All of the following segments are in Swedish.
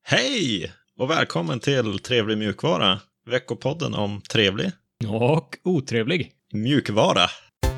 Hej och välkommen till Trevlig mjukvara, veckopodden om trevlig och otrevlig mjukvara.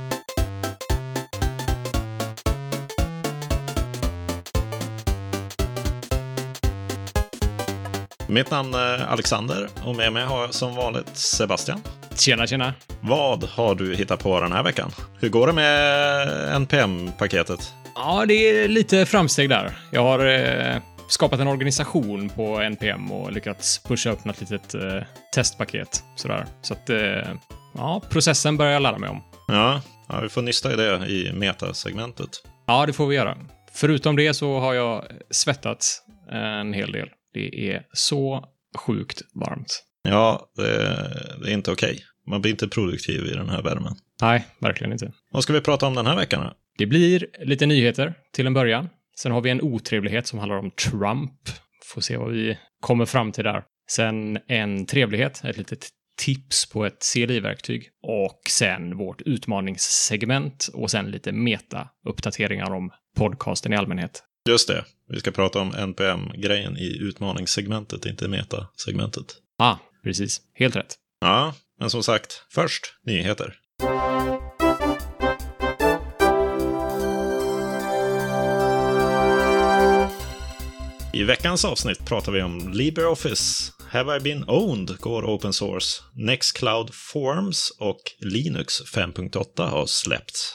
Mitt namn är Alexander och med mig har jag som vanligt Sebastian. Tjena. Vad har du hittat på den här veckan? Hur går det med NPM-paketet? Ja, det är lite framsteg där. Jag har skapat en organisation på NPM och lyckats pusha upp något litet testpaket. Sådär. Så att, ja, processen börjar jag lära mig om. Ja, vi får nysta i det i metasegmentet. Ja, det får vi göra. Förutom det så har jag svettats en hel del. Det är så sjukt varmt. Ja, det är inte okej. Man blir inte produktiv i den här värmen. Nej, verkligen inte. Vad ska vi prata om den här veckan då? Det blir lite nyheter till en början. Sen har vi en otrevlighet som handlar om Trump. Får se vad vi kommer fram till där. Sen en trevlighet, ett litet tips på ett CLI-verktyg. Och sen vårt utmaningssegment. Och sen lite meta-uppdateringar om podcasten i allmänhet. Just det. Vi ska prata om NPM-grejen i utmaningssegmentet, inte meta-segmentet. Precis. Helt rätt. Ja, men som sagt, först nyheter. I veckans avsnitt pratar vi om LibreOffice, Have I Been Owned går open source, Nextcloud Forms och Linux 5.8 har släppts.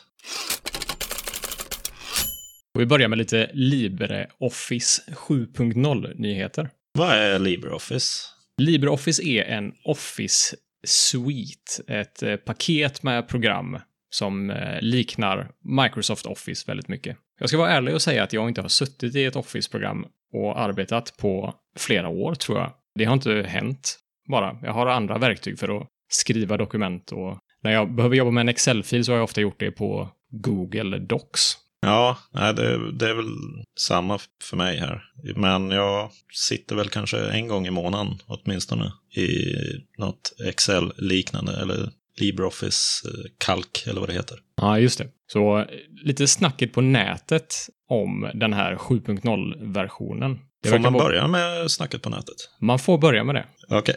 Och vi börjar med lite LibreOffice 7.0-nyheter. Vad är LibreOffice? LibreOffice är en Office Suite, ett paket med program som liknar Microsoft Office väldigt mycket. Jag ska vara ärlig och säga att jag inte har suttit i ett Office-program och arbetat på flera år, tror jag. Det har inte hänt bara. Jag har andra verktyg för att skriva dokument och när jag behöver jobba med en Excel-fil så har jag ofta gjort det på Google Docs. Ja, det är väl samma för mig här. Men jag sitter väl kanske en gång i månaden åtminstone i något Excel-liknande eller LibreOffice-kalk eller vad det heter. Ja, just det. Så lite snacket på nätet om den här 7.0-versionen. Får man börja med snacket på nätet? Man får börja med det. Okej.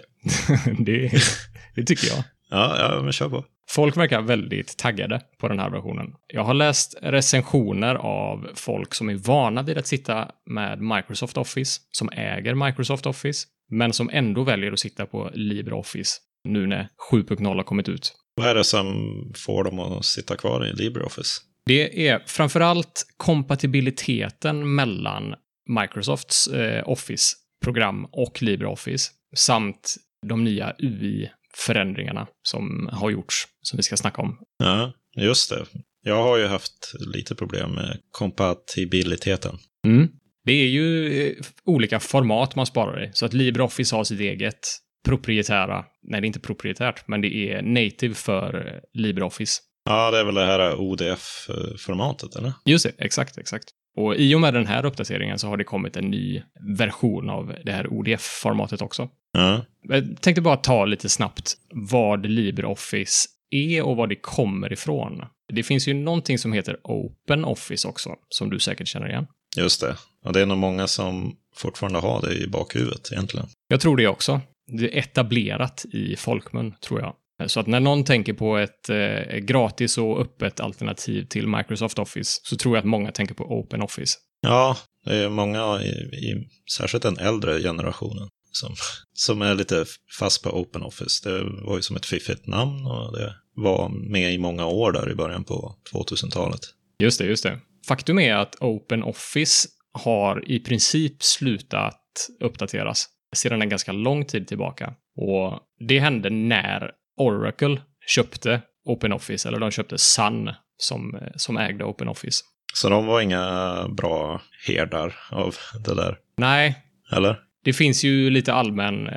Det tycker jag. Ja, men kör på. Folk verkar väldigt taggade på den här versionen. Jag har läst recensioner av folk som är vana vid att sitta med Microsoft Office, som äger Microsoft Office, men som ändå väljer att sitta på LibreOffice nu när 7.0 har kommit ut. Vad är det som får dem att sitta kvar i LibreOffice? Det är framförallt kompatibiliteten mellan Microsofts Office-program och LibreOffice samt de nya UI-förändringarna som har gjorts, som vi ska snacka om. Ja, just det. Jag har ju haft lite problem med kompatibiliteten. Det är ju olika format man sparar i, så att LibreOffice har sitt eget proprietära, nej det är inte proprietärt, men det är native för LibreOffice. Ja, det är väl det här ODF-formatet, eller? Just det, exakt. Och i och med den här uppdateringen så har det kommit en ny version av det här ODF-formatet också. Ja. Jag tänkte bara ta lite snabbt vad LibreOffice är och vad det kommer ifrån. Det finns ju någonting som heter OpenOffice också, som du säkert känner igen. Just det. Och det är nog många som fortfarande har det i bakhuvudet egentligen. Jag tror det också. Det är etablerat i folkmun, tror jag. Så att när någon tänker på ett gratis och öppet alternativ till Microsoft Office så tror jag att många tänker på OpenOffice. Ja, det är många särskilt den äldre generationen som är lite fast på OpenOffice. Det var ju som ett fiffigt namn och det var med i många år där i början på 2000-talet. Just det. Faktum är att OpenOffice har i princip slutat uppdateras sedan en ganska lång tid tillbaka. Och det hände när Oracle köpte OpenOffice, eller de köpte Sun som ägde OpenOffice. Så de var inga bra herdar av det där? Nej. Eller? Det finns ju lite allmän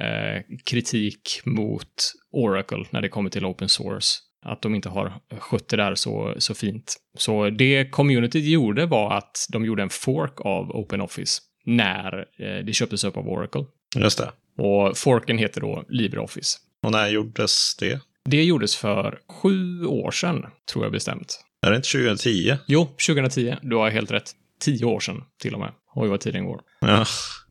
kritik mot Oracle när det kommer till open source. Att de inte har skött det där så fint. Så det communityt gjorde var att de gjorde en fork av OpenOffice när det köptes upp av Oracle. Just det. Och forken heter då LibreOffice. Och när gjordes det? Det gjordes för 7 år sedan, tror jag bestämt. Är det inte 2010? Jo, 2010. Du har helt rätt. 10 år sedan till och med. Oj, vad tiden går. Ja,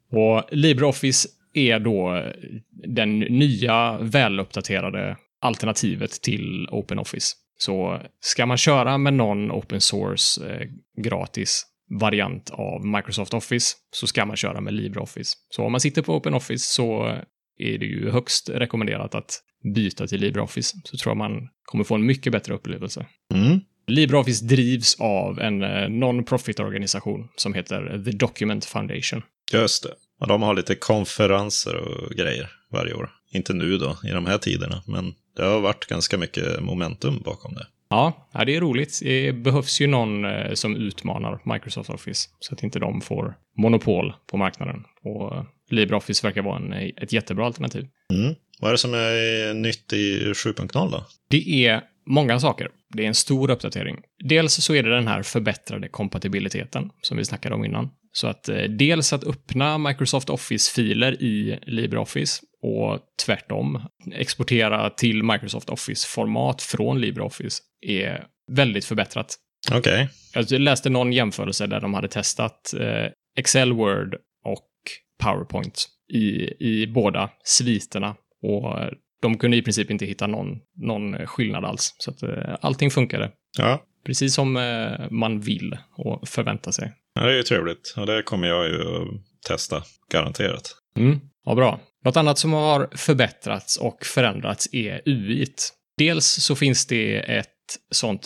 Och LibreOffice är då den nya väluppdaterade alternativet till OpenOffice. Så ska man köra med någon open source gratis variant av Microsoft Office så ska man köra med LibreOffice. Så om man sitter på OpenOffice så är det ju högst rekommenderat att byta till LibreOffice. Så tror jag man kommer få en mycket bättre upplevelse. LibreOffice drivs av en non-profit-organisation som heter The Document Foundation. Just det. Och de har lite konferenser och grejer varje år. Inte nu då, i de här tiderna, men det har varit ganska mycket momentum bakom det. Ja, det är roligt. Det behövs ju någon som utmanar Microsoft Office så att inte de får monopol på marknaden. Och LibreOffice verkar vara ett jättebra alternativ. Vad är det som är nytt i 7.0 då? Det är många saker. Det är en stor uppdatering. Dels så är det den här förbättrade kompatibiliteten som vi snackade om innan. Så att dels att öppna Microsoft Office-filer i LibreOffice och tvärtom exportera till Microsoft Office-format från LibreOffice är väldigt förbättrat. Okej. Jag läste någon jämförelse där de hade testat Excel, Word och PowerPoint i båda sviterna och de kunde i princip inte hitta någon skillnad alls. Så att allting funkade. Ja. Precis som man vill och förväntar sig. Ja, det är ju trevligt. Och det kommer jag ju att testa, garanterat. Ja, bra. Något annat som har förbättrats och förändrats är UI:t. Dels så finns det ett sånt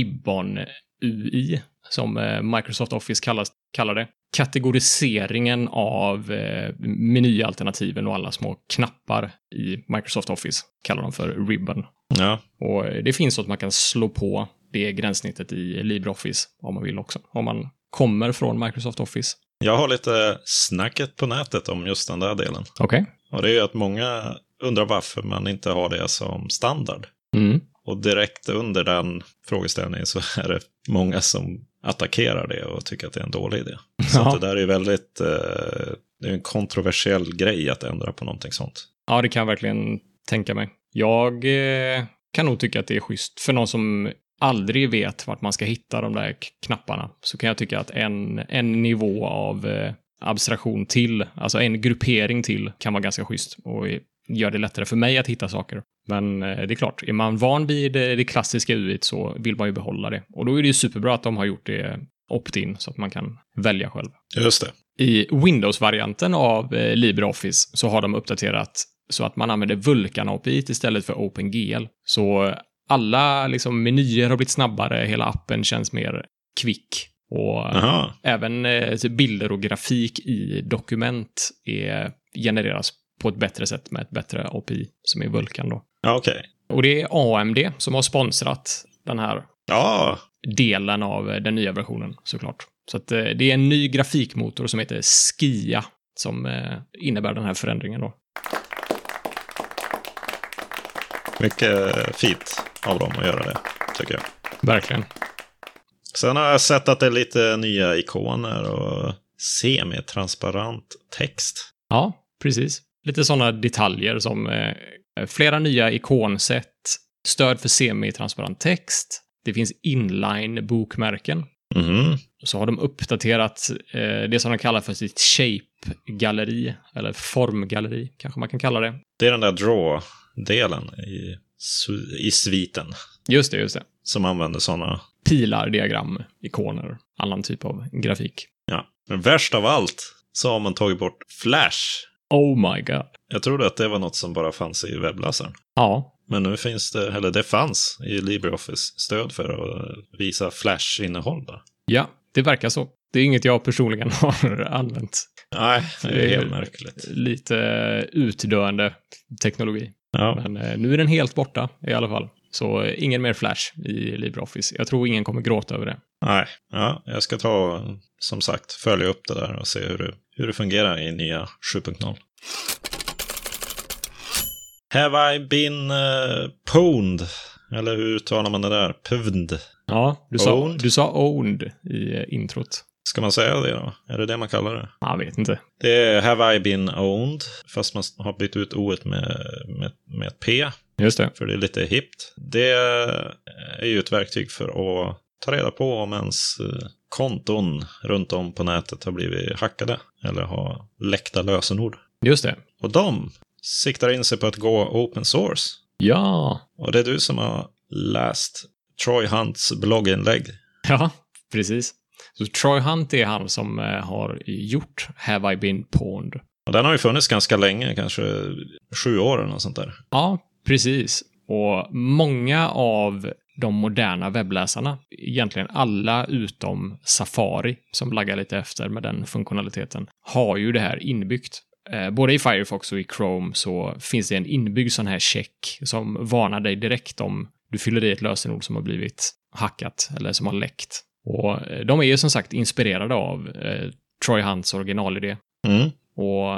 ribbon-UI som Microsoft Office kallar det. Kategoriseringen av menyalternativen och alla små knappar i Microsoft Office kallar de för ribbon. Ja. Och det finns så att man kan slå på det gränssnittet i LibreOffice om man vill också. Om man kommer från Microsoft Office. Jag har lite snacket på nätet om just den där delen. Okej. Och det är ju att många undrar varför man inte har det som standard. Och direkt under den frågeställningen så är det många som attackerar det och tycker att det är en dålig idé. Så att det där är väldigt, det är en kontroversiell grej att ändra på någonting sånt. Ja, det kan jag verkligen tänka mig. Jag kan nog tycka att det är schysst. För någon som aldrig vet vart man ska hitta de där knapparna så kan jag tycka att en nivå av abstraktion till, alltså en gruppering till kan vara ganska schysst och gör det lättare för mig att hitta saker. Men det är klart, är man van vid det klassiska UI:t så vill man ju behålla det. Och då är det ju superbra att de har gjort det opt-in så att man kan välja själv. Just det. I Windows-varianten av LibreOffice så har de uppdaterat så att man använder Vulkan API istället för OpenGL. Så alla liksom menyer har blivit snabbare, hela appen känns mer kvick. Och även bilder och grafik i dokument genereras på ett bättre sätt med ett bättre API som är Vulkan då. Ja, okej. Och det är AMD som har sponsrat den här delen av den nya versionen såklart. Så att det är en ny grafikmotor som heter Skia som innebär den här förändringen då. Mycket fint av dem att göra det, tycker jag. Verkligen. Sen har jag sett att det är lite nya ikoner och semi-transparent text. Ja, precis. Lite sådana detaljer som flera nya ikonsätt, stöd för semi-transparent text. Det finns inline-bokmärken. Så har de uppdaterat det som de kallar för sitt shape-galleri, eller formgalleri kanske man kan kalla det. Det är den där draw-delen i sviten. Just det. Som använder sådana pilar, diagram, ikoner, annan typ av grafik. Ja, men värst av allt så har man tagit bort Flash. Oh my god. Jag trodde att det var något som bara fanns i webbläsaren. Ja. Men nu finns det, eller det fanns i LibreOffice stöd för att visa Flash-innehåll där. Ja, det verkar så. Det är inget jag personligen har använt. Nej, det är helt märkligt. Lite utdöende teknologi. Ja. Men nu är den helt borta i alla fall. Så ingen mer Flash i LibreOffice. Jag tror ingen kommer gråta över det. Nej, ja, jag ska ta, som sagt, följa upp det där och se hur det fungerar i nya 7.0. Have I been pwned? Eller hur talar man det där? Pwned? Ja, du sa owned i introt. Ska man säga det då? Är det det man kallar det? Jag vet inte. Det är have I been owned, fast man har bytt ut oet med ett P. Just det. För det är lite hippt. Det är ju ett verktyg för att ta reda på om ens konton runt om på nätet har blivit hackade eller har läckta lösenord. Just det. Och de siktar in sig på att gå open source. Ja. Och det är du som har läst Troy Hunts blogginlägg. Ja, precis. Så Troy Hunt är han som har gjort Have I Been Pwned. Och den har ju funnits ganska länge, kanske 7 år eller något sånt där. Ja, precis. Och många av de moderna webbläsarna, egentligen alla utom Safari, som laggar lite efter med den funktionaliteten, har ju det här inbyggt. Både i Firefox och i Chrome så finns det en inbyggd sån här check som varnar dig direkt om du fyller i ett lösenord som har blivit hackat eller som har läckt. Och de är ju som sagt inspirerade av Troy Hunts originalidé. Mm. Och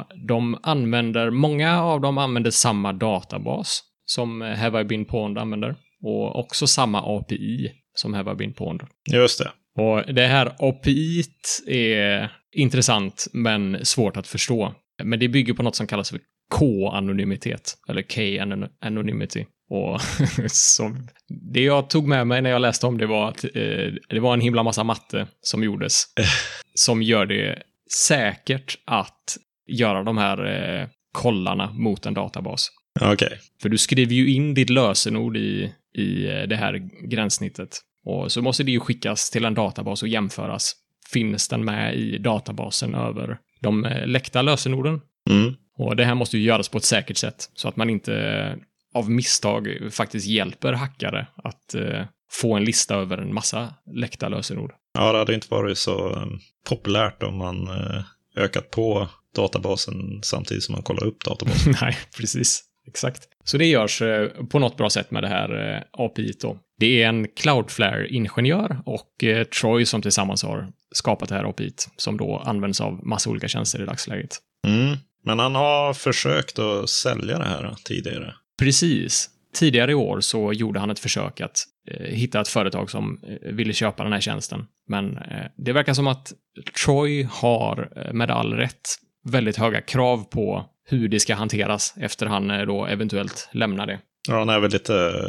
många av dem använder samma databas som Have I Been Pwned använder. Och också samma API som Have I Been Pwned. Just det. Och det här API-t är intressant men svårt att förstå. Men det bygger på något som kallas för K-anonymitet. Eller K-anonymity. Och så det jag tog med mig när jag läste om det var att det var en himla massa matte som gjordes. Som gör det säkert att göra de här kollarna mot en databas. Okej. För du skriver ju in ditt lösenord i det här gränssnittet. Och så måste det ju skickas till en databas och jämföras. Finns den med i databasen över de läckta lösenorden? Mm. Och det här måste ju göras på ett säkert sätt. Så att man inte av misstag faktiskt hjälper hackare att få en lista över en massa läckta lösenord. Ja, det hade inte varit så populärt om man ökat på databasen samtidigt som man kollar upp databasen. Nej, precis. Exakt. Så det görs på något bra sätt med det här API då. Det är en Cloudflare-ingenjör och Troy som tillsammans har skapat det här API som då används av massa olika tjänster i dagsläget. Mm. Men han har försökt att sälja det här tidigare. Precis. Tidigare i år så gjorde han ett försök att hitta ett företag som ville köpa den här tjänsten. Men det verkar som att Troy har med all rätt väldigt höga krav på hur det ska hanteras efter han då eventuellt lämnar det. Ja, han är väl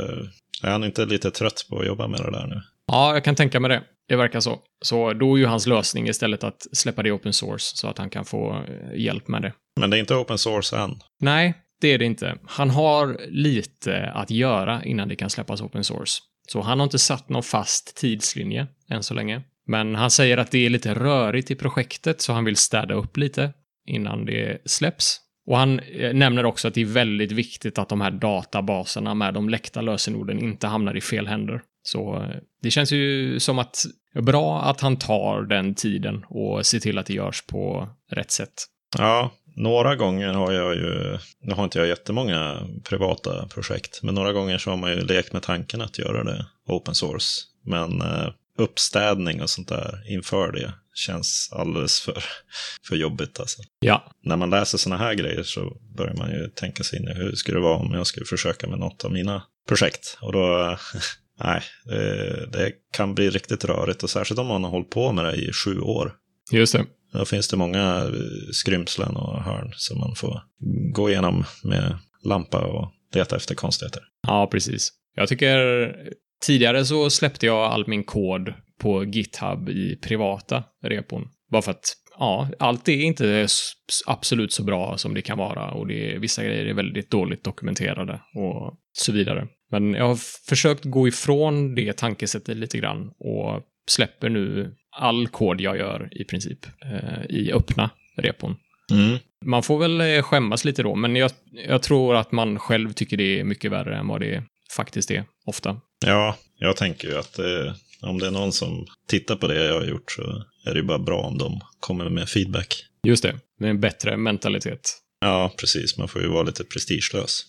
är han inte lite trött på att jobba med det där nu? Ja, jag kan tänka mig det. Det verkar så. Så då är ju hans lösning istället att släppa det open source så att han kan få hjälp med det. Men det är inte open source än. Nej, det är det inte. Han har lite att göra innan det kan släppas open source. Så han har inte satt någon fast tidslinje än så länge. Men han säger att det är lite rörigt i projektet så han vill städa upp lite innan det släpps. Och han nämner också att det är väldigt viktigt att de här databaserna med de läckta lösenorden inte hamnar i fel händer. Så det känns ju som att bra att han tar den tiden och ser till att det görs på rätt sätt. Ja, några gånger har jag ju, nu har inte jag jättemånga privata projekt, men några gånger så har man ju lekt med tanken att göra det open source. Men uppstädning och sånt där inför det känns alldeles för jobbigt alltså. Ja. När man läser såna här grejer så börjar man ju tänka sig in i hur skulle det vara om jag skulle försöka med något av mina projekt. Och då, nej, det kan bli riktigt rörigt och särskilt om man har hållit på med det i 7 år. Just det. Då finns det många skrymslen och hörn som man får gå igenom med lampa och leta efter konstigheter. Ja, precis. Jag tycker tidigare så släppte jag all min kod på GitHub i privata repon. Bara för att, ja, allt är inte absolut så bra som det kan vara och vissa grejer är väldigt dåligt dokumenterade och så vidare. Men jag har försökt gå ifrån det tankesättet lite grann och släpper nu all kod jag gör i princip i öppna repon. Mm. Man får väl skämmas lite då, men jag tror att man själv tycker det är mycket värre än vad det faktiskt är, ofta. Ja, jag tänker ju att om det är någon som tittar på det jag har gjort så är det ju bara bra om de kommer med feedback. Just det, med en bättre mentalitet. Ja, precis. Man får ju vara lite prestigelös.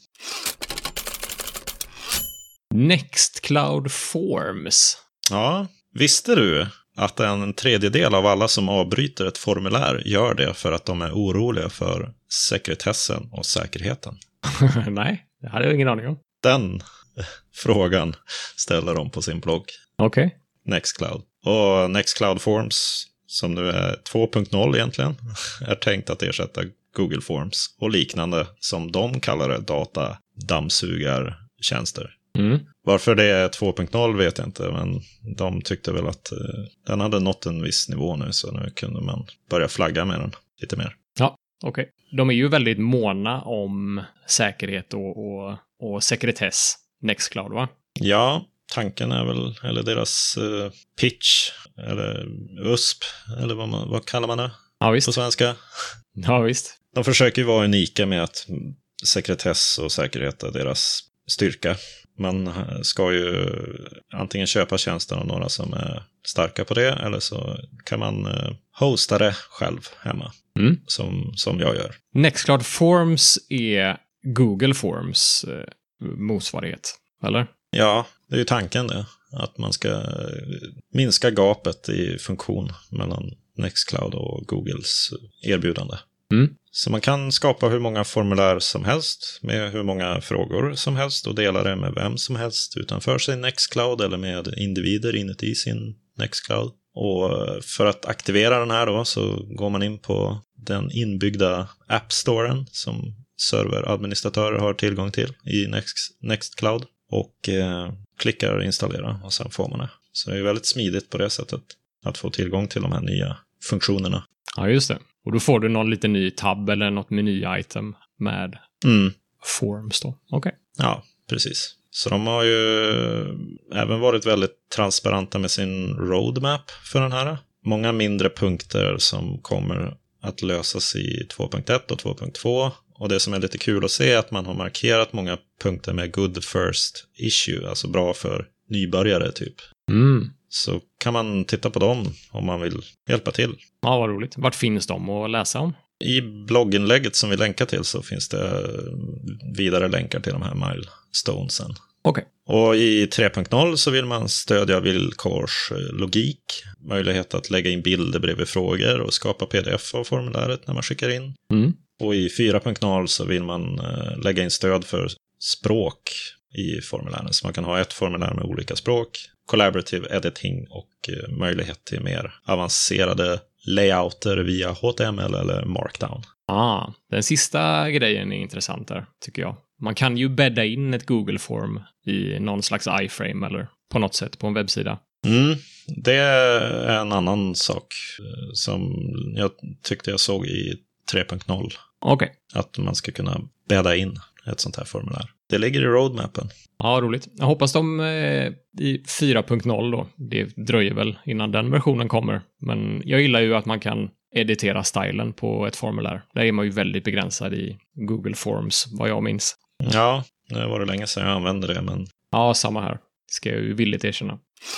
Nextcloud Forms. Ja, visste du att en tredjedel av alla som avbryter ett formulär gör det för att de är oroliga för sekretessen och säkerheten? Nej, det hade jag ingen aning om. Den frågan ställer de på sin blogg. Okej. Nextcloud. Och Nextcloud Forms, som nu är 2.0 egentligen, är tänkt att ersätta Google Forms och liknande som de kallar det, datadammsugartjänster. Varför det är 2.0 vet jag inte, men de tyckte väl att den hade nått en viss nivå nu, så nu kunde man börja flagga med den lite mer. Ja, okej. De är ju väldigt måna om säkerhet och sekretess, Nextcloud, va? Ja, tanken är väl, eller deras pitch, eller USP, eller vad kallar man det på svenska? Ja, visst. De försöker ju vara unika med att sekretess och säkerhet är deras styrka. Man ska ju antingen köpa tjänsten av några som är starka på det, eller så kan man hosta det själv hemma, som jag gör. Nextcloud Forms är Google Forms motsvarighet, eller? Ja, det är ju tanken det. Att man ska minska gapet i funktion mellan Nextcloud och Googles erbjudande. Så man kan skapa hur många formulär som helst med hur många frågor som helst och dela det med vem som helst utanför sin Nextcloud eller med individer inuti sin Nextcloud. Och för att aktivera den här då så går man in på den inbyggda App-storen som serveradministratörer har tillgång till i Nextcloud och klickar installera och sen får man det. Så det är väldigt smidigt på det sättet att få tillgång till de här nya funktionerna. Ja, just det. Och då får du någon liten ny tab eller något meny-item med Forms då. Okej. Ja, precis. Så de har ju även varit väldigt transparenta med sin roadmap för den här. Många mindre punkter som kommer att lösas i 2.1 och 2.2. Och det som är lite kul att se är att man har markerat många punkter med good first issue, alltså bra för nybörjare typ. Så kan man titta på dem om man vill hjälpa till. Ja, vad roligt. Vart finns de att läsa om? I blogginlägget som vi länkar till så finns det vidare länkar till de här milestonesen. Okej. Och i 3.0 så vill man stödja villkorslogik, möjlighet att lägga in bilder bredvid frågor och skapa pdf av formuläret när man skickar in. Och i 4.0 så vill man lägga in stöd för språk i formulären. Så man kan ha ett formulär med olika språk, collaborative editing och möjlighet till mer avancerade layouter via HTML eller Markdown. Den sista grejen är intressant där, tycker jag. Man kan ju bädda in ett Google-form i någon slags iframe eller på något sätt på en webbsida. Det är en annan sak som jag tyckte jag såg i 3.0. Okej. Att man ska kunna bädda in ett sånt här formulär. Det ligger i roadmappen. Ja, roligt. Jag hoppas de i 4.0 då. Det dröjer väl innan den versionen kommer. Men jag gillar ju att man kan editera stylen på ett formulär. Där är man ju väldigt begränsad i Google Forms, vad jag minns. Ja, det var det länge sedan jag använde det, men... Ja, samma här. Ska jag ju villigt erkänna.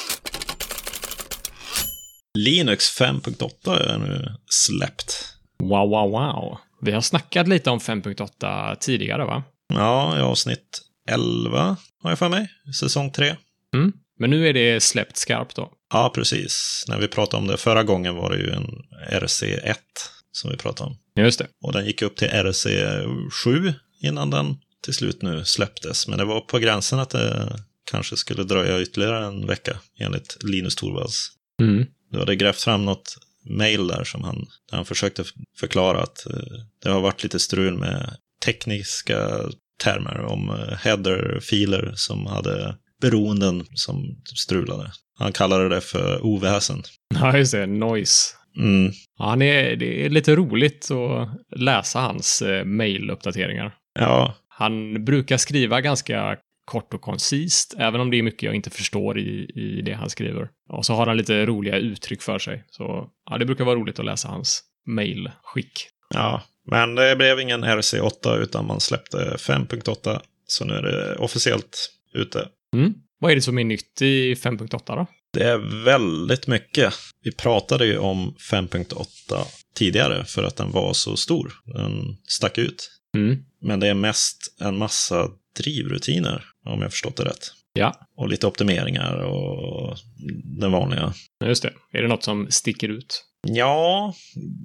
Linux 5.8 är nu släppt. Wow. Vi har snackat lite om 5.8 tidigare, va? Ja, i avsnitt 11 har jag för mig. Säsong 3. Men nu är det släppt skarpt då. Ja, precis. När vi pratade om det förra gången var det ju en RC1 som vi pratade om. Just det. Och den gick upp till RC7 innan den till slut nu släpptes. Men det var på gränsen att det kanske skulle dröja ytterligare en vecka enligt Linus Torvalds. Du hade grävt fram något mail där som han försökte förklara att det har varit lite strul med tekniska termer om header-filer som hade beroenden som strulade. Han kallade det för oväsen. Ja, just det. Noise. Ja, det är lite roligt att läsa hans mail-uppdateringar. Ja. Han brukar skriva ganska kort och koncist, även om det är mycket jag inte förstår i det han skriver. Och så har han lite roliga uttryck för sig. Så ja, det brukar vara roligt att läsa hans mail-skick. Ja, men det blev ingen RC8 utan man släppte 5.8. Så nu är det officiellt ute. Vad är det som är nytt i 5.8 då? Det är väldigt mycket. Vi pratade ju om 5.8 tidigare för att den var så stor. Den stack ut. Men det är mest en massa drivrutiner, om jag förstått det rätt. Ja. Och lite optimeringar och den vanliga. Just det. Är det något som sticker ut? Ja,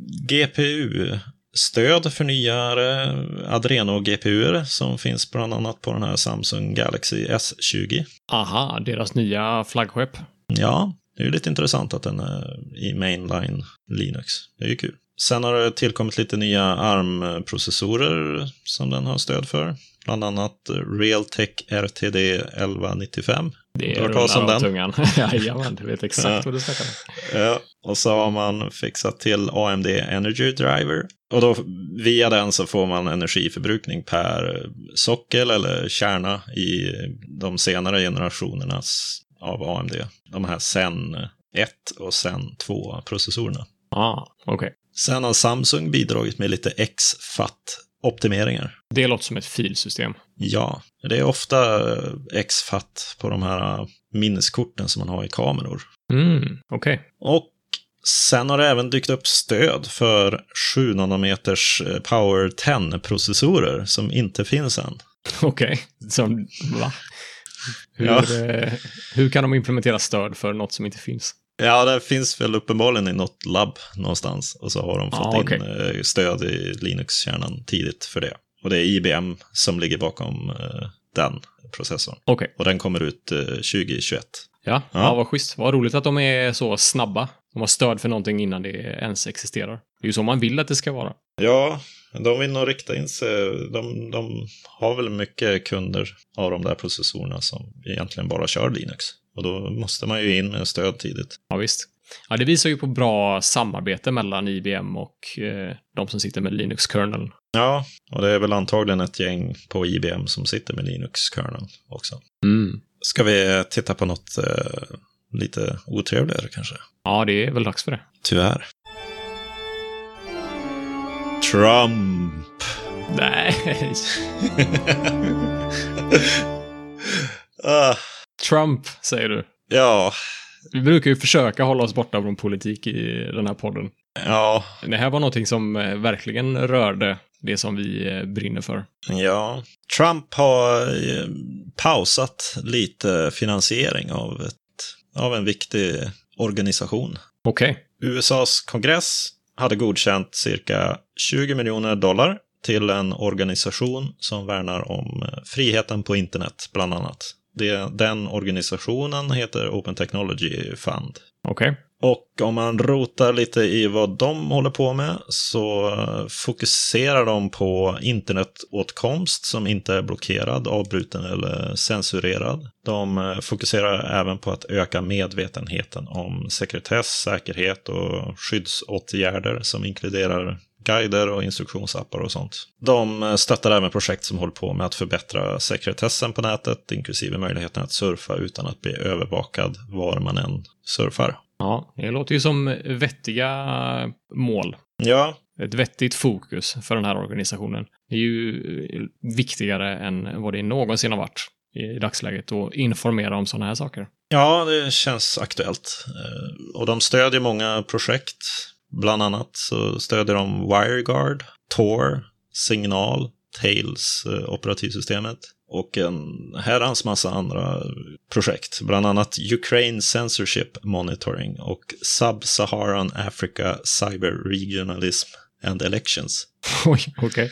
GPU-stöd för nyare Adreno-GPUer som finns bland annat på den här Samsung Galaxy S20. Aha, deras nya flaggskepp. Ja, det är ju lite intressant att den är i mainline Linux. Det är ju kul. Sen har det tillkommit lite nya ARM-processorer som den har stöd för. Bland annat Realtek RTD 1195. Det har talas om den. Tungan. Jajamän, du vet exakt vad du snackar om. Ja, och så har man fixat till AMD Energy Driver. Och då via den så får man energiförbrukning per sockel eller kärna i de senare generationernas av AMD. De här Zen 1 och Zen 2 processorerna. Okej. Sen har Samsung bidragit med lite XFAT-optimeringar. Det låter som ett filsystem. Ja, det är ofta XFAT på de här minneskorten som man har i kameror. Okej. Och sen har det även dykt upp stöd för 7 nanometers Power 10-processorer som inte finns än. Okej. Som, va? Hur kan de implementera stöd för något som inte finns? Ja, det finns väl uppenbarligen i något labb någonstans. Och så har de fått in stöd i Linux-kärnan tidigt för det. Och det är IBM som ligger bakom den processorn. Okej. Och den kommer ut 2021. Ja, vad schysst. Vad roligt att de är så snabba. De har stöd för någonting innan det ens existerar. Det är ju så man vill att det ska vara. Ja, de vill nog rikta in sig. De har väl mycket kunder av de där processorerna som egentligen bara kör Linux. Och då måste man ju in med stöd tidigt. Ja, visst. Ja, det visar ju på bra samarbete mellan IBM och de som sitter med Linux-kerneln. Ja, och det är väl antagligen ett gäng på IBM som sitter med Linux-kerneln också. Ska vi titta på något lite otrevligare kanske? Ja, det är väl dags för det. Tyvärr. Trump. Nej. Trump, säger du. Ja. Vi brukar ju försöka hålla oss borta från politik i den här podden. Ja. Det här var någonting som verkligen rörde det som vi brinner för. Ja. Trump har pausat lite finansiering av en viktig organisation. Okej. USAs kongress hade godkänt cirka $20 miljoner till en organisation som värnar om friheten på internet, bland annat. Den organisationen heter Open Technology Fund. Okej. Och om man rotar lite i vad de håller på med så fokuserar de på internetåtkomst som inte är blockerad, avbruten eller censurerad. De fokuserar även på att öka medvetenheten om sekretess, säkerhet och skyddsåtgärder som inkluderar guider och instruktionsappar och sånt. De stöttar även projekt som håller på med att förbättra sekretessen på nätet, inklusive möjligheten att surfa utan att bli övervakad var man än surfar. Ja, det låter ju som vettiga mål. Ja. Ett vettigt fokus för den här organisationen. Det är ju viktigare än vad det någonsin har varit i dagsläget att informera om sådana här saker. Ja, det känns aktuellt. Och de stödjer många projekt. Bland annat så stödjer de WireGuard, Tor, Signal, Tails, operativsystemet och en herrans massa andra projekt. Bland annat Ukraine Censorship Monitoring och Sub-Saharan Africa Cyber Regionalism and Elections. Oj, okej.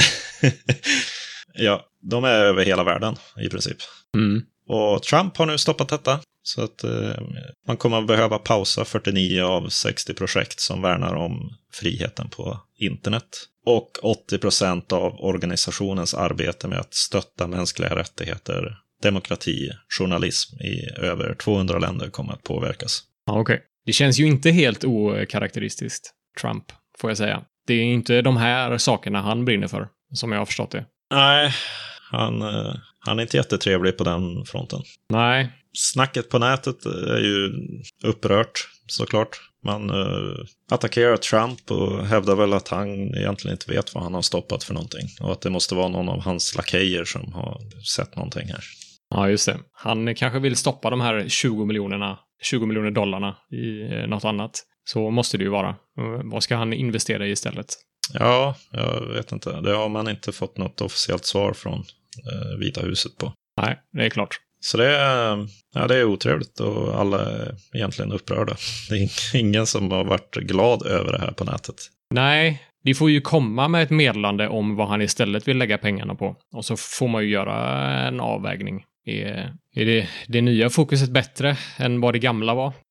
Ja, de är över hela världen i princip. Och Trump har nu stoppat detta. Så att man kommer att behöva pausa 49 av 60 projekt som värnar om friheten på internet. Och 80% av organisationens arbete med att stötta mänskliga rättigheter, demokrati, journalism i över 200 länder kommer att påverkas. Ja, okej. Det känns ju inte helt okaraktäristiskt, Trump, får jag säga. Det är inte de här sakerna han brinner för, som jag har förstått det. Nej, han är inte jättetrevlig på den fronten. Nej. Snacket på nätet är ju upprört, såklart. Man attackerar Trump och hävdar väl att han egentligen inte vet vad han har stoppat för någonting. Och att det måste vara någon av hans lakejer som har sett någonting här. Ja, just det. Han kanske vill stoppa de här 20 miljoner dollarna i något annat. Så måste det ju vara. Vad ska han investera i istället? Ja, jag vet inte. Det har man inte fått något officiellt svar från Vita huset på. Nej, det är klart. Så det är otrevligt och alla är egentligen upprörda. Det är ingen som har varit glad över det här på nätet. Nej, de får ju komma med ett meddelande om vad han istället vill lägga pengarna på. Och så får man ju göra en avvägning. Är det nya fokuset bättre än vad det gamla var?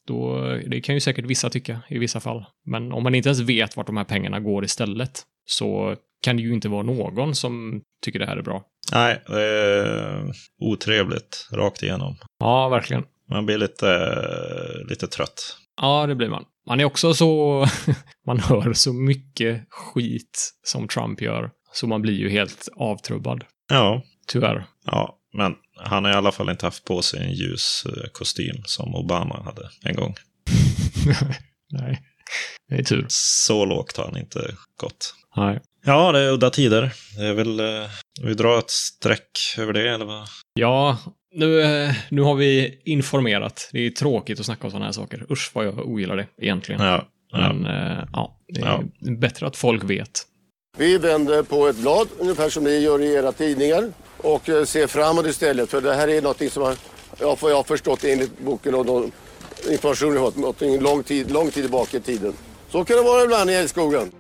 Det kan ju säkert vissa tycka i vissa fall. Men om man inte ens vet vart de här pengarna går istället så kan det ju inte vara någon som tycker det här är bra. Nej, det är otrevligt rakt igenom. Ja, verkligen. Man blir lite trött. Ja, det blir man. Man är också så... man hör så mycket skit som Trump gör. Så man blir ju helt avtrubbad. Ja. Tyvärr. Ja, men han har i alla fall inte haft på sig en ljus kostym som Obama hade en gång. Nej, det är tur. Så lågt har han inte gått. Nej. Ja, det är udda tider. Det är väl... vi drar ett streck över det, eller vad? Ja, nu har vi informerat. Det är tråkigt att snacka om sådana här saker. Usch vad jag ogillar det egentligen. Ja. Men det är bättre att folk vet. Vi vänder på ett blad, ungefär som ni gör i era tidningar. Och ser framåt istället. För det här är någonting som jag har förstått enligt boken och någon information jag har. Någonting lång tid tillbaka i tiden. Så kan det vara ibland i älskogen.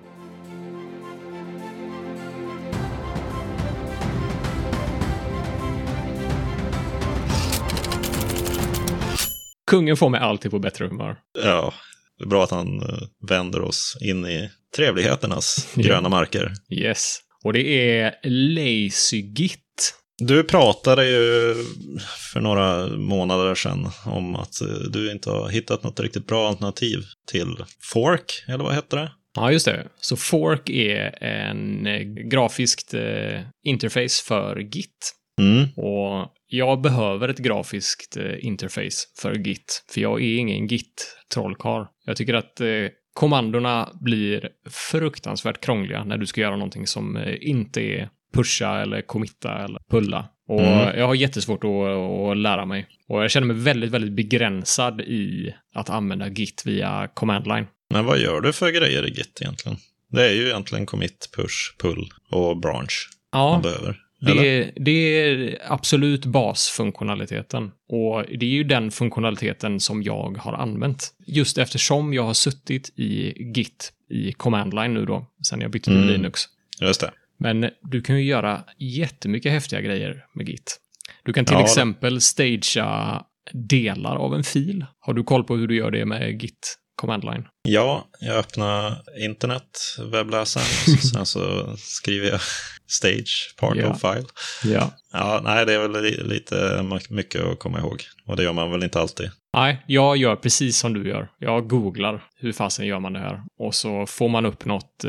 Kungen får mig alltid på bättre humör. Ja, det är bra att han vänder oss in i trevligheternas gröna marker. Yes. Och det är LazyGit. Du pratade ju för några månader sedan om att du inte har hittat något riktigt bra alternativ till Fork, eller vad heter det? Ja, just det. Så Fork är en grafiskt interface för Git. Mm. Och jag behöver ett grafiskt interface för Git. För jag är ingen Git-trollkarl. Jag tycker att kommandona blir fruktansvärt krångliga när du ska göra någonting som inte är pusha eller committa eller pulla. Och jag har jättesvårt att lära mig. Och jag känner mig väldigt, väldigt begränsad i att använda Git via command line. Men vad gör du för grejer i Git egentligen? Det är ju egentligen commit, push, pull och branch man behöver. Det är absolut basfunktionaliteten. Och det är ju den funktionaliteten som jag har använt. Just eftersom jag har suttit i Git i command line nu då, sen jag bytte till Linux. Just det. Men du kan ju göra jättemycket häftiga grejer med Git. Du kan till exempel stagea delar av en fil. Har du koll på hur du gör det med Git command line? Ja, jag öppnar internet, webbläsaren, sen så skriver jag stage, part of file. Ja. Ja, nej, det är väl lite mycket att komma ihåg. Och det gör man väl inte alltid. Nej, jag gör precis som du gör. Jag googlar hur fasen gör man det här. Och så får man upp något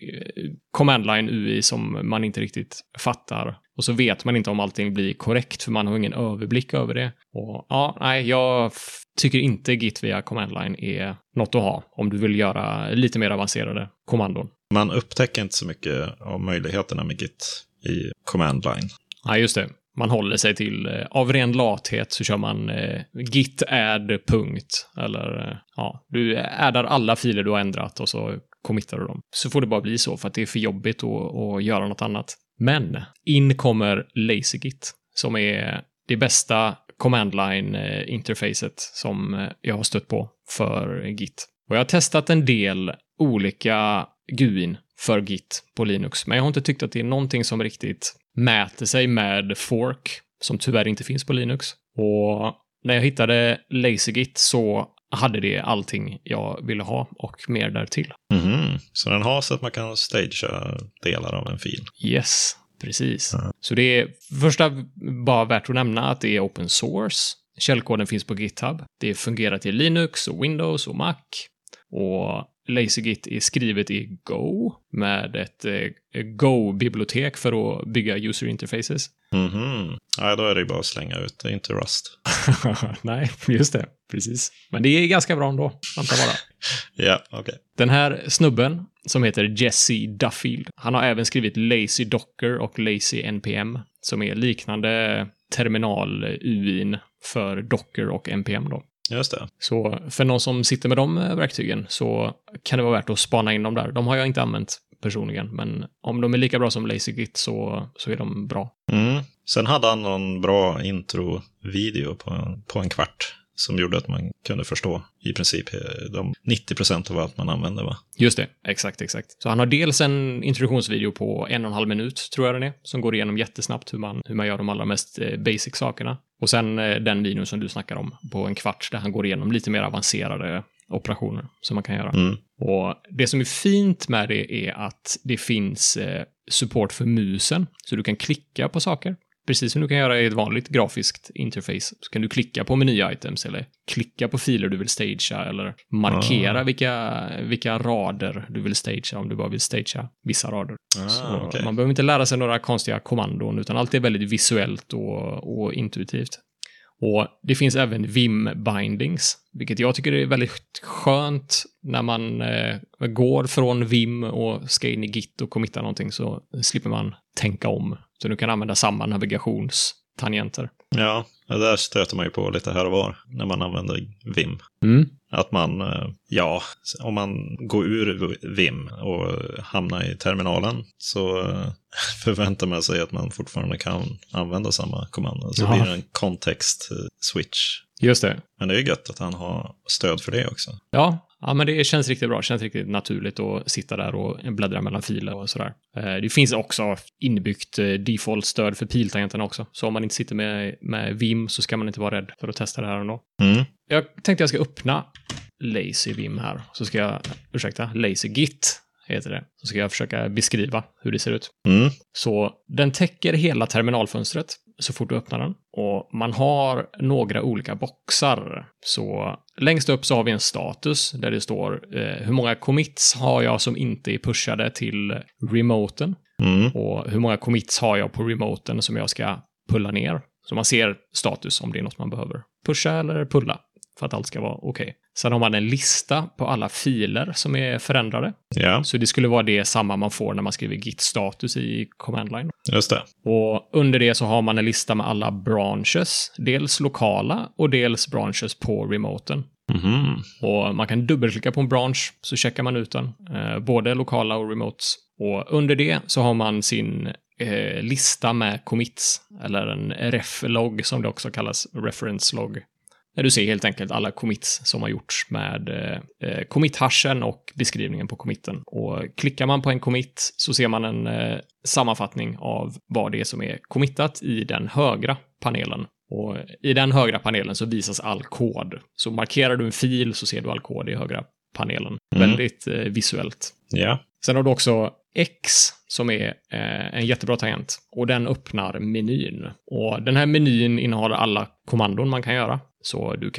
command line UI som man inte riktigt fattar. Och så vet man inte om allting blir korrekt för man har ingen överblick över det. Och jag tycker inte Git via command line är något att ha om du vill göra lite mer avancerade kommandon. Man upptäcker inte så mycket av möjligheterna med Git i command line. Ja, just det. Man håller sig till, av ren lathet så kör man git add punkt. Eller du addar alla filer du har ändrat och så committar du dem. Så får det bara bli så för att det är för jobbigt att göra något annat. Men in kommer LazyGit som är det bästa command line-interfacet som jag har stött på för Git. Och jag har testat en del olika GUIn för Git på Linux, men jag har inte tyckt att det är någonting som riktigt mäter sig med Fork, som tyvärr inte finns på Linux. Och när jag hittade LazyGit så hade det allting jag ville ha och mer därtill. Så den har så att man kan stagea delar av en fil? Yes, precis. Så det är första bara värt att nämna att det är open source. Källkoden finns på GitHub. Det fungerar till Linux och Windows och Mac. Och LazyGit är skrivet i Go med ett Go-bibliotek för att bygga user interfaces. Ja, då är det ju bara att slänga ut. Det är inte Rust. Nej, just det. Precis. Men det är ganska bra ändå, antar bara. Ja, okej. Den här snubben som heter Jesse Duffield, han har även skrivit LazyDocker och LazyNPM som är liknande terminal-UIn för Docker och NPM då. Just det. Så för någon som sitter med de verktygen så kan det vara värt att spana in dem där. De har jag inte använt personligen, men om de är lika bra som LazyGit så är de bra. Sen hade han någon bra intro-video på en kvart som gjorde att man kunde förstå i princip de 90% av allt man använder, va? Just det, exakt. Så han har dels en introduktionsvideo på 1,5 minut, tror jag den är, som går igenom jättesnabbt hur man gör de allra mest basic sakerna. Och sen den videon som du snackar om på en kvart där han går igenom lite mer avancerade operationer som man kan göra. Och det som är fint med det är att det finns support för musen, så du kan klicka på saker. Precis som du kan göra i ett vanligt grafiskt interface, så kan du klicka på meny-items eller klicka på filer du vill stagea eller markera vilka rader du vill stagea om du bara vill stagea vissa rader. Så man behöver inte lära sig några konstiga kommandon, utan allt är väldigt visuellt och intuitivt. Och det finns även Vim-bindings, vilket jag tycker är väldigt skönt när man går från Vim och ska in i Git och committa någonting, så slipper man tänka om. Så du kan använda samma navigationstangenter. Ja, det där stöter man ju på lite här och var när man använder Vim. Att man, om man går ur Vim och hamnar i terminalen så förväntar man sig att man fortfarande kan använda samma kommando. Så blir det en kontext-switch. Just det. Men det är ju gött att han har stöd för det också. Ja, men det känns riktigt bra. Det känns riktigt naturligt att sitta där och bläddra mellan filer och sådär. Det finns också inbyggt default-stöd för piltangenterna också. Så om man inte sitter med Vim så ska man inte vara rädd för att testa det här ändå. Jag tänkte jag ska öppna Lazy Vim här. Så ska jag, Lazy Git heter det. Så ska jag försöka beskriva hur det ser ut. Så den täcker hela terminalfönstret så fort du öppnar den. Och man har några olika boxar. Så längst upp så har vi en status där det står hur många commits har jag som inte är pushade till remoten. Och hur många commits har jag på remoten som jag ska pulla ner. Så man ser status om det är något man behöver pusha eller pulla för att allt ska vara okej. Sen har man en lista på alla filer som är förändrade. Ja. Så det skulle vara det samma man får när man skriver git-status i command line. Just det. Och under det så har man en lista med alla branches. Dels lokala och dels branches på remoten. Och man kan dubbelklicka på en branch så checkar man ut den. Både lokala och remotes. Och under det så har man sin lista med commits. Eller en ref-logg som det också kallas, reference-logg. Där du ser helt enkelt alla commits som har gjorts med commit-hashen och beskrivningen på committen. Och klickar man på en commit så ser man en sammanfattning av vad det är som är committat i den högra panelen. Och i den högra panelen så visas all kod. Så markerar du en fil så ser du all kod i högra panelen. Väldigt visuellt. Ja. Sen har du också X som är en jättebra tangent. Och den öppnar menyn. Och den här menyn innehåller alla kommandon man kan göra. Så du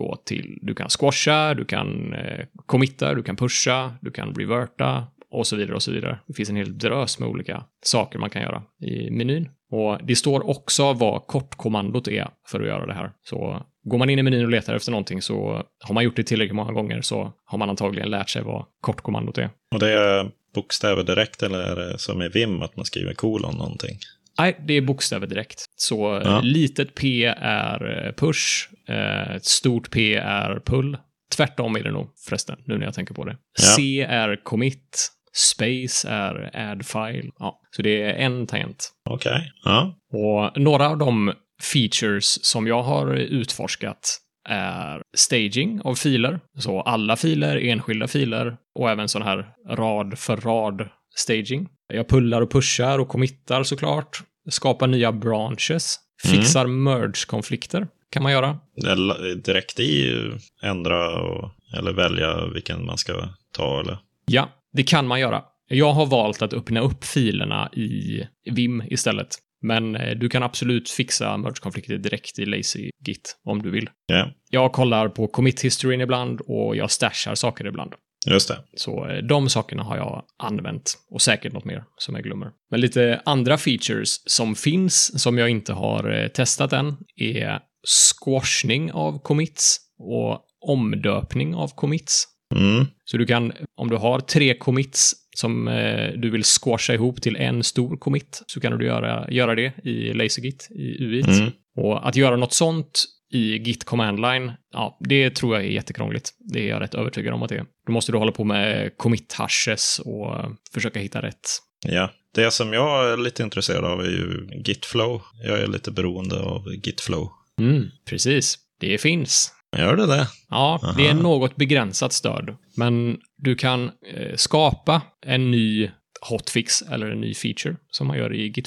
kan squasha, du kan committa, du kan pusha, du kan reverta och så vidare och så vidare. Det finns en hel drös med olika saker man kan göra i menyn. Och det står också vad kortkommandot är för att göra det här. Så går man in i menyn och letar efter någonting så har man gjort det tillräckligt många gånger så har man antagligen lärt sig vad kortkommandot är. Och det är bokstäver direkt eller är det som i Vim att man skriver kolon någonting? Nej, det är bokstäver direkt. Så litet P är push, ett stort P är pull. Tvärtom är det nog förresten, nu när jag tänker på det. Ja. C är commit, space är add file. Ja, så det är en tangent. Okej. Ja. Och några av de features som jag har utforskat är staging av filer. Så alla filer, enskilda filer och även sån här rad för rad staging. Jag pullar och pushar och committar såklart. Skapar nya branches. Fixar merge-konflikter kan man göra. Direkt i ändra eller välja vilken man ska ta eller? Ja, det kan man göra. Jag har valt att öppna upp filerna i Vim istället. Men du kan absolut fixa merge-konflikter direkt i Lazy Git om du vill. Yeah. Jag kollar på commit-historyn ibland och jag stashar saker ibland. Just det. Så de sakerna har jag använt och säkert något mer som jag glömmer. Men lite andra features som finns som jag inte har testat än är squashning av commits och omdöpning av commits. Så du kan, om du har 3 commits som du vill squasha ihop till en stor commit så kan du göra det i LazyGit, i UIT. Och att göra något sånt i Git command line, ja, det tror jag är jättekrångligt. Det är jag rätt övertygad om att det är. Då måste du hålla på med commit hashes och försöka hitta rätt. Ja, det som jag är lite intresserad av är ju Gitflow. Jag är lite beroende av Gitflow. Precis, det finns. Gör det? Ja, Aha. Det är något begränsat stöd. Men du kan skapa en ny hotfix eller en ny feature som man gör i Gitflow.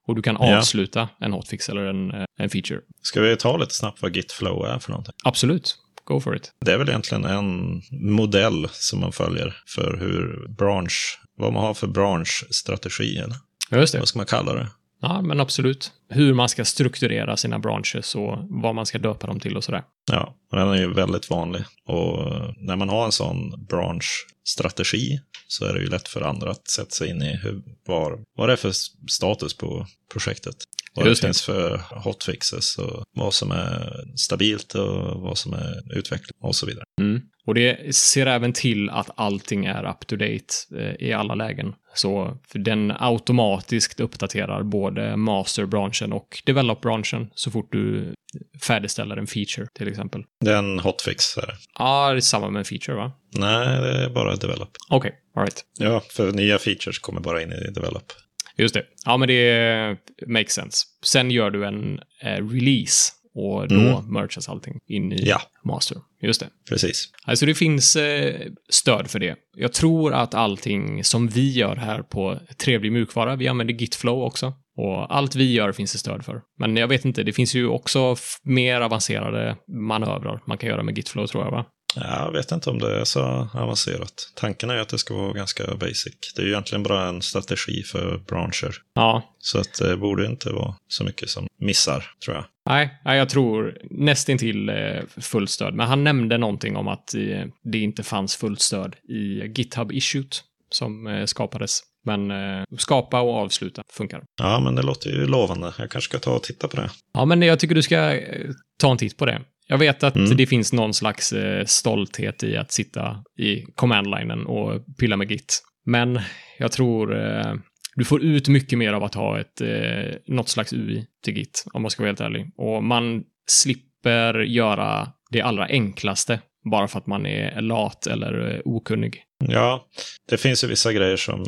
Och du kan avsluta en hotfix eller en feature. Ska vi ta lite snabbt vad Git Flow är för någonting? Absolut. Go for it. Det är väl egentligen en modell som man följer för vad man har för branschstrategi, eller? Just det. Vad ska man kalla det? Ja, men absolut. Hur man ska strukturera sina branches och vad man ska döpa dem till och sådär. Ja, den är ju väldigt vanlig. Och när man har en sån branschstrategi så är det ju lätt för andra att sätta sig in i vad det är för status på projektet. Vad det finns för hotfixes och vad som är stabilt och vad som är utveckling och så vidare. Mm. Och det ser även till att allting är up to date i alla lägen. Så för den automatiskt uppdaterar både master-branschen och develop-branschen så fort du färdigställer en feature till exempel. Det är en hotfix här. Ja, det är samma med en feature, va? Nej, det är bara develop. Okej, all right. Ja, för nya features kommer bara in i develop. Just det. Ja, men det makes sense. Sen gör du en release och då mergas allting in i master. Just det. Precis. Alltså det finns stöd för det. Jag tror att allting som vi gör här på Trevlig mjukvara, vi använder Git Flow också. Och allt vi gör finns det stöd för. Men jag vet inte, det finns ju också mer avancerade manövrar man kan göra med Git Flow, tror jag, va? Jag vet inte om det är så avancerat. Tanken är ju att det ska vara ganska basic. Det är ju egentligen bara en strategi för branscher. Ja. Så att det borde inte vara så mycket som missar, tror jag. Nej, jag tror nästintill fullt stöd. Men han nämnde någonting om att det inte fanns fullt stöd i GitHub Issued som skapades. Men skapa och avsluta funkar. Ja, men det låter ju lovande. Jag kanske ska ta och titta på det. Ja, men jag tycker du ska ta en titt på det. Jag vet att det finns någon slags stolthet i att sitta i command-linen och pilla med Git. Men jag tror du får ut mycket mer av att ha något slags UI till Git, om man ska vara helt ärlig. Och man slipper göra det allra enklaste bara för att man är lat eller okunnig. Ja, det finns ju vissa grejer som...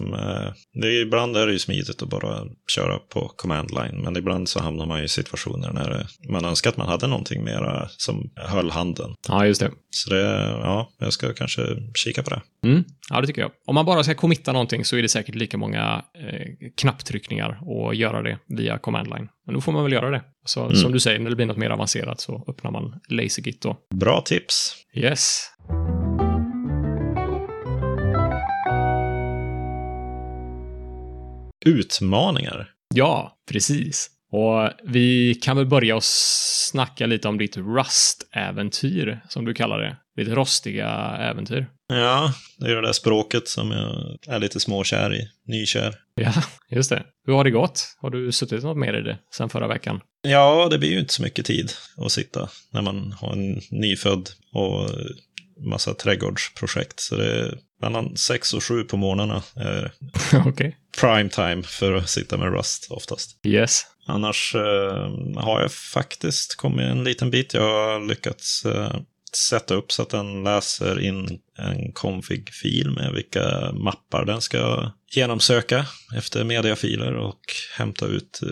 ibland är det ju smidigt att bara köra på command line, men ibland så hamnar man i situationer när man önskar att man hade någonting mer som höll handen. Ja, just det. Så jag ska kanske kika på det. Ja, det tycker jag. Om man bara ska committa någonting så är det säkert lika många knapptryckningar och göra det via command line. Men då får man väl göra det. Så som du säger, när det blir något mer avancerat så öppnar man LazyGit då. Bra tips. Yes. Utmaningar. Ja, precis. Och vi kan väl börja och snacka lite om ditt Rust-äventyr, som du kallar det. Ditt rostiga äventyr. Ja, det är det där språket som jag är lite småkär i. Nykär. Ja, just det. Hur har det gått? Har du suttit något mer i det sen förra veckan? Ja, det blir ju inte så mycket tid att sitta när man har en nyfödd och massa trädgårdsprojekt. Så det är mellan 6 och 7 på morgnarna. Okej. Prime time för att sitta med Rust oftast. Yes. Annars har jag faktiskt kommit en liten bit. Jag har lyckats sätta upp så att den läser in en config-fil med vilka mappar den ska genomsöka efter mediafiler och hämta ut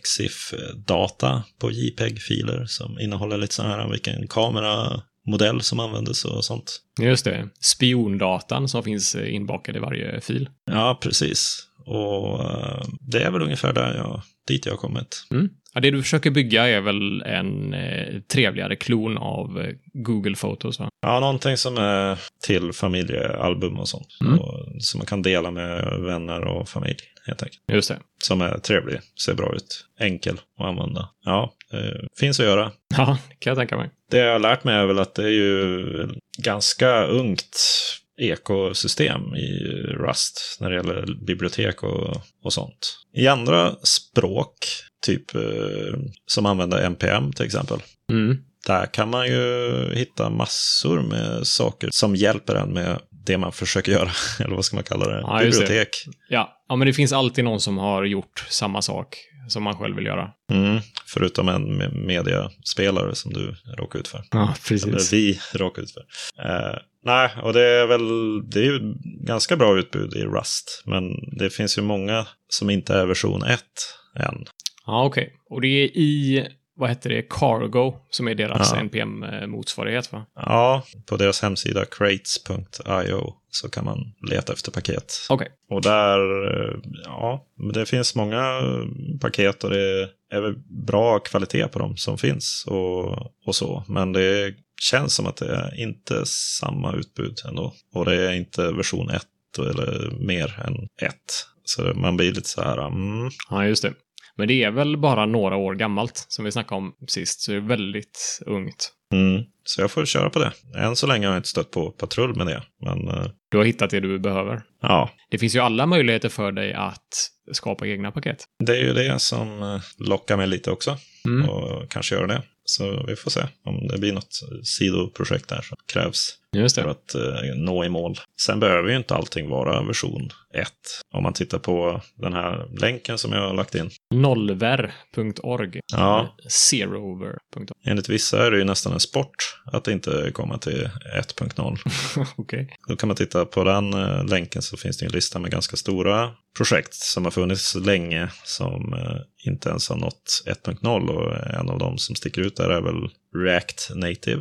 EXIF-data på JPEG-filer som innehåller lite så här vilken kameramodell som användes och sånt. Just det. Spiondatan som finns inbakad i varje fil. Ja, precis. Och det är väl ungefär dit jag har kommit. Ja, det du försöker bygga är väl en trevligare klon av Google Photos, va? Ja, någonting som är till familjealbum och sånt. Och som man kan dela med vänner och familj, helt enkelt. Just det. Som är trevlig, ser bra ut, enkel att använda. Ja, finns att göra. Ja, det kan jag tänka mig. Det jag har lärt mig är väl att det är ju ganska ungt ekosystem i Rust när det gäller bibliotek och sånt. I andra språk, typ som använder NPM till exempel, där kan man ju hitta massor med saker som hjälper en med det man försöker göra, eller vad ska man kalla det? Ja, bibliotek. Ja, men det finns alltid någon som har gjort samma sak som man själv vill göra. Förutom en mediaspelare som du råkar ut för. Ja, precis. Eller vi råkar ut för. Nej, och det är ju ganska bra utbud i Rust. Men det finns ju många som inte är version 1 än. Ja, okej. Och det är i vad heter det? Cargo, som är deras NPM-motsvarighet, va? Ja, på deras hemsida crates.io så kan man leta efter paket. Okej. Och där, det finns många paket och det är väl bra kvalitet på dem som finns och så. Men det känns som att det är inte samma utbud ändå. Och det är inte version 1 eller mer än 1. Så man blir lite så här... Ja, just det. Men det är väl bara några år gammalt som vi snackade om sist. Så det är väldigt ungt. Så jag får köra på det. Än så länge har jag inte stött på patrull med det. Men, du har hittat det du behöver. Ja. Det finns ju alla möjligheter för dig att skapa egna paket. Det är ju det som lockar mig lite också. Och kanske göra det. Så vi får se om det blir något sidoprojekt där som krävs för att nå i mål. Sen behöver ju inte allting vara version 1. Om man tittar på den här länken som jag har lagt in. Nollver.org. Ja. Zerover.org. Enligt vissa är det ju nästan en sport att inte komma till 1.0. Okej. Då kan man titta på den länken så finns det en lista med ganska stora projekt som har funnits länge som inte ens har nått 1.0 och en av dem som sticker ut där är väl React Native,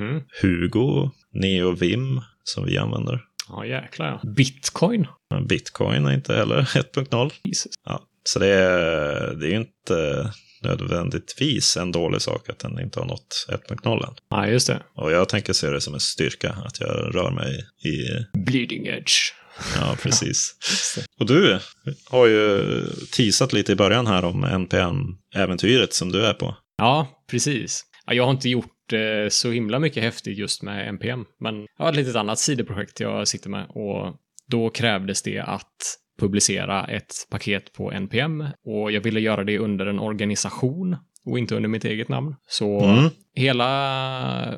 Hugo, NeoVim som vi använder. Ja, jäklar ja. Bitcoin? Bitcoin är inte heller 1.0. Ja, så det är ju inte nödvändigtvis en dålig sak att den inte har nått 1.0 än. Ja, just det. Och jag tänker se det som en styrka att jag rör mig i... bleeding edge. Ja, precis. Och du har ju teasat lite i början här om NPM-äventyret som du är på. Ja, precis. Ja, jag har inte gjort så himla mycket häftigt just med NPM, men jag har ett litet annat sidoprojekt jag sitter med och då krävdes det att publicera ett paket på NPM och jag ville göra det under en organisation och inte under mitt eget namn. Så hela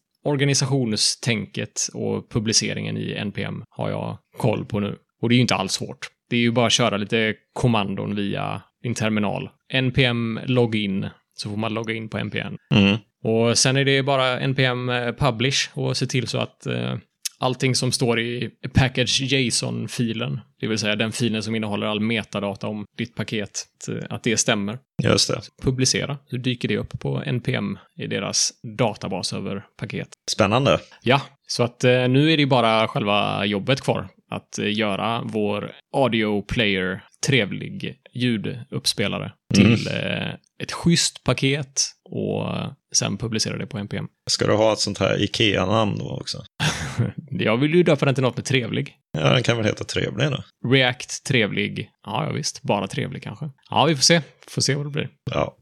organisationstänket och publiceringen i NPM har jag koll på nu. Och det är ju inte alls svårt. Det är ju bara att köra lite kommandon via din terminal. NPM login, så får man logga in på NPM. Och sen är det bara NPM publish och se till så att allting som står i package JSON-filen, det vill säga den filen som innehåller all metadata om ditt paket, att det stämmer. Just det. Publicera, så dyker det upp på NPM i deras databas över paket. Spännande. Ja, så att nu är det bara själva jobbet kvar. Att göra vår audio player trevlig ljuduppspelare till ett schysst paket och sen publicera det på NPM. Ska du ha ett sånt här IKEA-namn då också? Jag vill ju döpa den till något med trevlig. Ja, den kan väl heta trevlig då? React trevlig. Ja, visst. Bara trevlig kanske. Ja, vi får se. Får se vad det blir. Ja.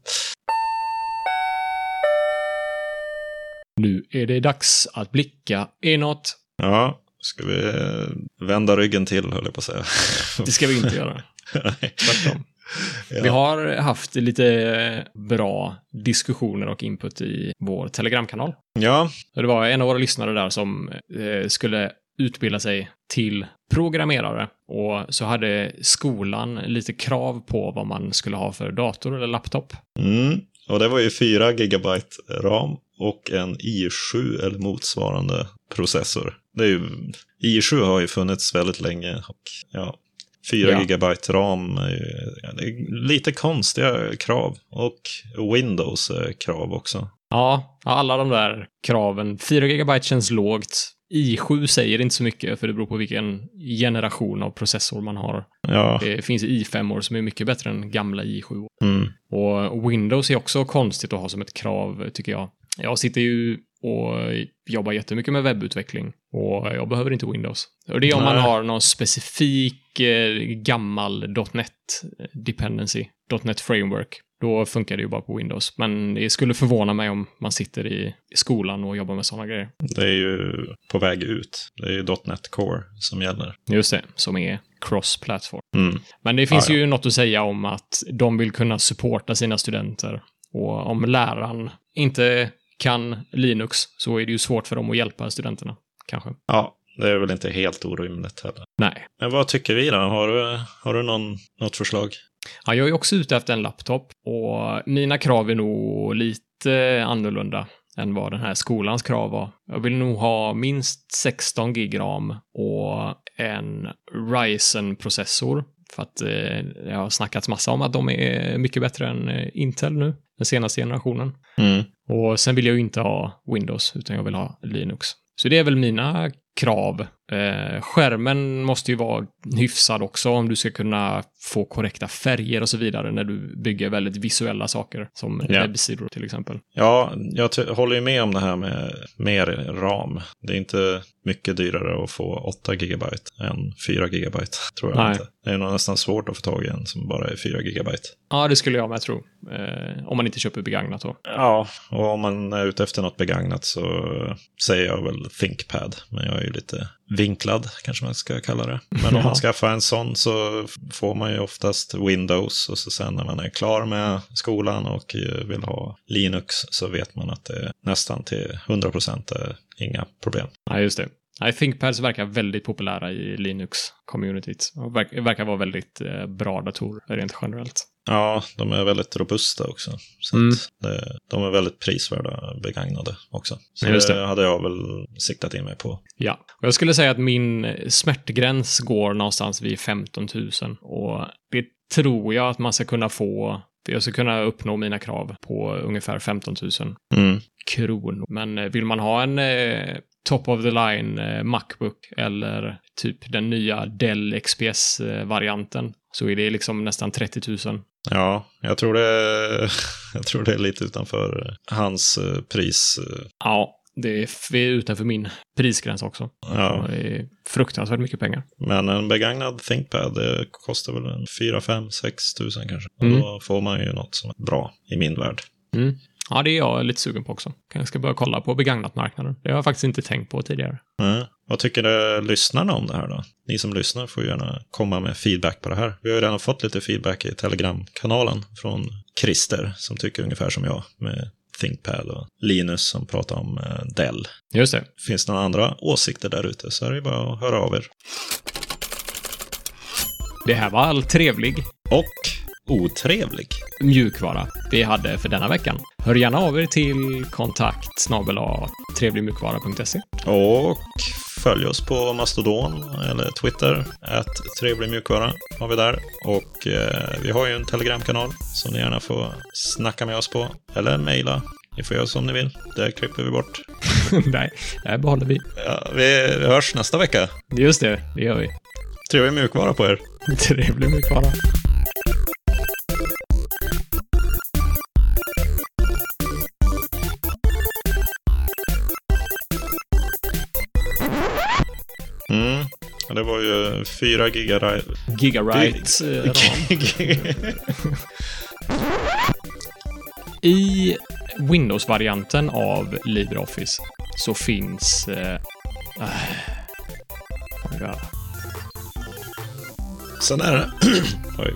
Nu är det dags att blicka inåt. Ja, ska vi vända ryggen till, höll jag på att säga. Det ska vi inte göra. Tvärtom. Ja. Vi har haft lite bra diskussioner och input i vår Telegramkanal. Ja. Det var en av våra lyssnare där som skulle utbilda sig till programmerare och så hade skolan lite krav på vad man skulle ha för dator eller laptop. Och det var ju 4 gigabyte RAM och en i7 eller motsvarande processor. Det är ju, i7 har ju funnits väldigt länge och 4 gigabyte RAM det är lite konstiga krav och Windows krav också. Ja, alla de där kraven. 4 gigabyte känns lågt. i7 säger inte så mycket för det beror på vilken generation av processor man har. Ja. Det finns i5 som är mycket bättre än gamla i7. Och Windows är också konstigt att ha som ett krav tycker jag. Jag sitter ju och jobbar jättemycket med webbutveckling och jag behöver inte Windows. Och det är om man har någon specifik gammal .NET dependency, .NET framework. Då funkar det ju bara på Windows. Men det skulle förvåna mig om man sitter i skolan och jobbar med sådana grejer. Det är ju på väg ut. Det är ju .NET Core som gäller. Just det, som är cross-platform. Men det finns ju något att säga om att de vill kunna supporta sina studenter. Och om läraren inte kan Linux så är det ju svårt för dem att hjälpa studenterna, kanske. Ja, det är väl inte helt orimligt heller. Nej. Men vad tycker vi då? Har du något förslag? Ja, jag är också ute efter en laptop och mina krav är nog lite annorlunda än vad den här skolans krav var. Jag vill nog ha minst 16 gig RAM och en Ryzen-processor. För att jag har snackats massa om att de är mycket bättre än Intel nu. den senaste generationen. Mm. Och sen vill jag ju inte ha Windows, utan jag vill ha Linux. Så det är väl mina krav. Skärmen måste ju vara hyfsad också om du ska kunna få korrekta färger och så vidare när du bygger väldigt visuella saker som webbsidor till exempel. Ja, jag håller ju med om det här med mer RAM. Det är inte mycket dyrare att få 8 GB än 4 GB, tror jag inte. Det är nog nästan svårt att få tag i en som bara är 4 GB. Ja, det skulle jag med tro. Om man inte köper begagnat då. Ja, och om man är ute efter något begagnat så säger jag väl ThinkPad. Men jag är ju lite vinklad, kanske man ska kalla det. Men om man skaffar en sån så får man ju oftast Windows. Och så sen när man är klar med skolan och vill ha Linux så vet man att det är nästan till 100% är inga problem. Ja, just det. ThinkPads verkar väldigt populära i Linux-communityt. Och verkar vara väldigt bra datorer rent generellt. Ja, de är väldigt robusta också. Så att de är väldigt prisvärda begagnade också. Så det hade jag väl siktat in mig på. Ja, och jag skulle säga att min smärtgräns går någonstans vid 15 000. Och det tror jag att man ska kunna få. Jag ska kunna uppnå mina krav på ungefär 15 000 kronor. Men vill man ha en top of the line MacBook eller typ den nya Dell XPS-varianten så är det liksom nästan 30 000. Ja, jag tror det är lite utanför hans pris. Ja, det är utanför min prisgräns också. Ja. Det är fruktansvärt mycket pengar. Men en begagnad ThinkPad det kostar väl en 4, 5, 6 000 kanske. Och då får man ju något som är bra i min värld. Mm. Ja, det är jag lite sugen på också. Jag ska börja kolla på begagnat-marknaden. Det har jag faktiskt inte tänkt på tidigare. Vad tycker lyssnarna om det här då? Ni som lyssnar får gärna komma med feedback på det här. Vi har ju redan fått lite feedback i Telegram-kanalen från Christer som tycker ungefär som jag med ThinkPad och Linus som pratar om Dell. Just det. Finns det några andra åsikter där ute så är det bara att höra av er. Det här var all trevlig och otrevlig mjukvara vi hade för denna veckan. Hör gärna av er till kontakt@trevligmjukvara.se. Och följ oss på Mastodon eller Twitter @trevligmjukvara har vi där. Och vi har ju en Telegram-kanal som ni gärna får snacka med oss på. Eller mejla. Ni får göra som ni vill. Det klipper vi bort. Nej, det behåller vi. Ja, vi hörs nästa vecka. Just det gör vi. Trevlig mjukvara på er. Trevlig mjukvara. Det var ju 4 gigabytes ram. I Windows-varianten av LibreOffice så finns sen är det oj.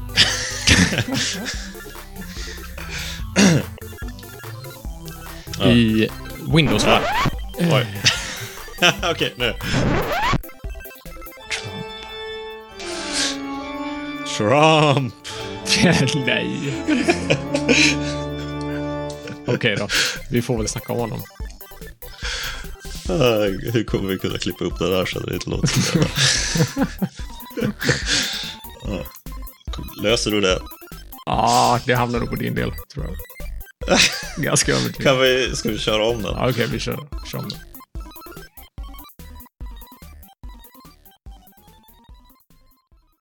I Windows-varianten oj. Okej, nu. Trump. Nej. Okej då. Vi får väl snacka om honom. Hur kommer vi kunna klippa upp det där så det inte låter ja. Löser du det? Ja, det hamnar nog på din del, tror jag. Ganska övertygad. Ska vi köra om den? Ja, okej, vi kör om den.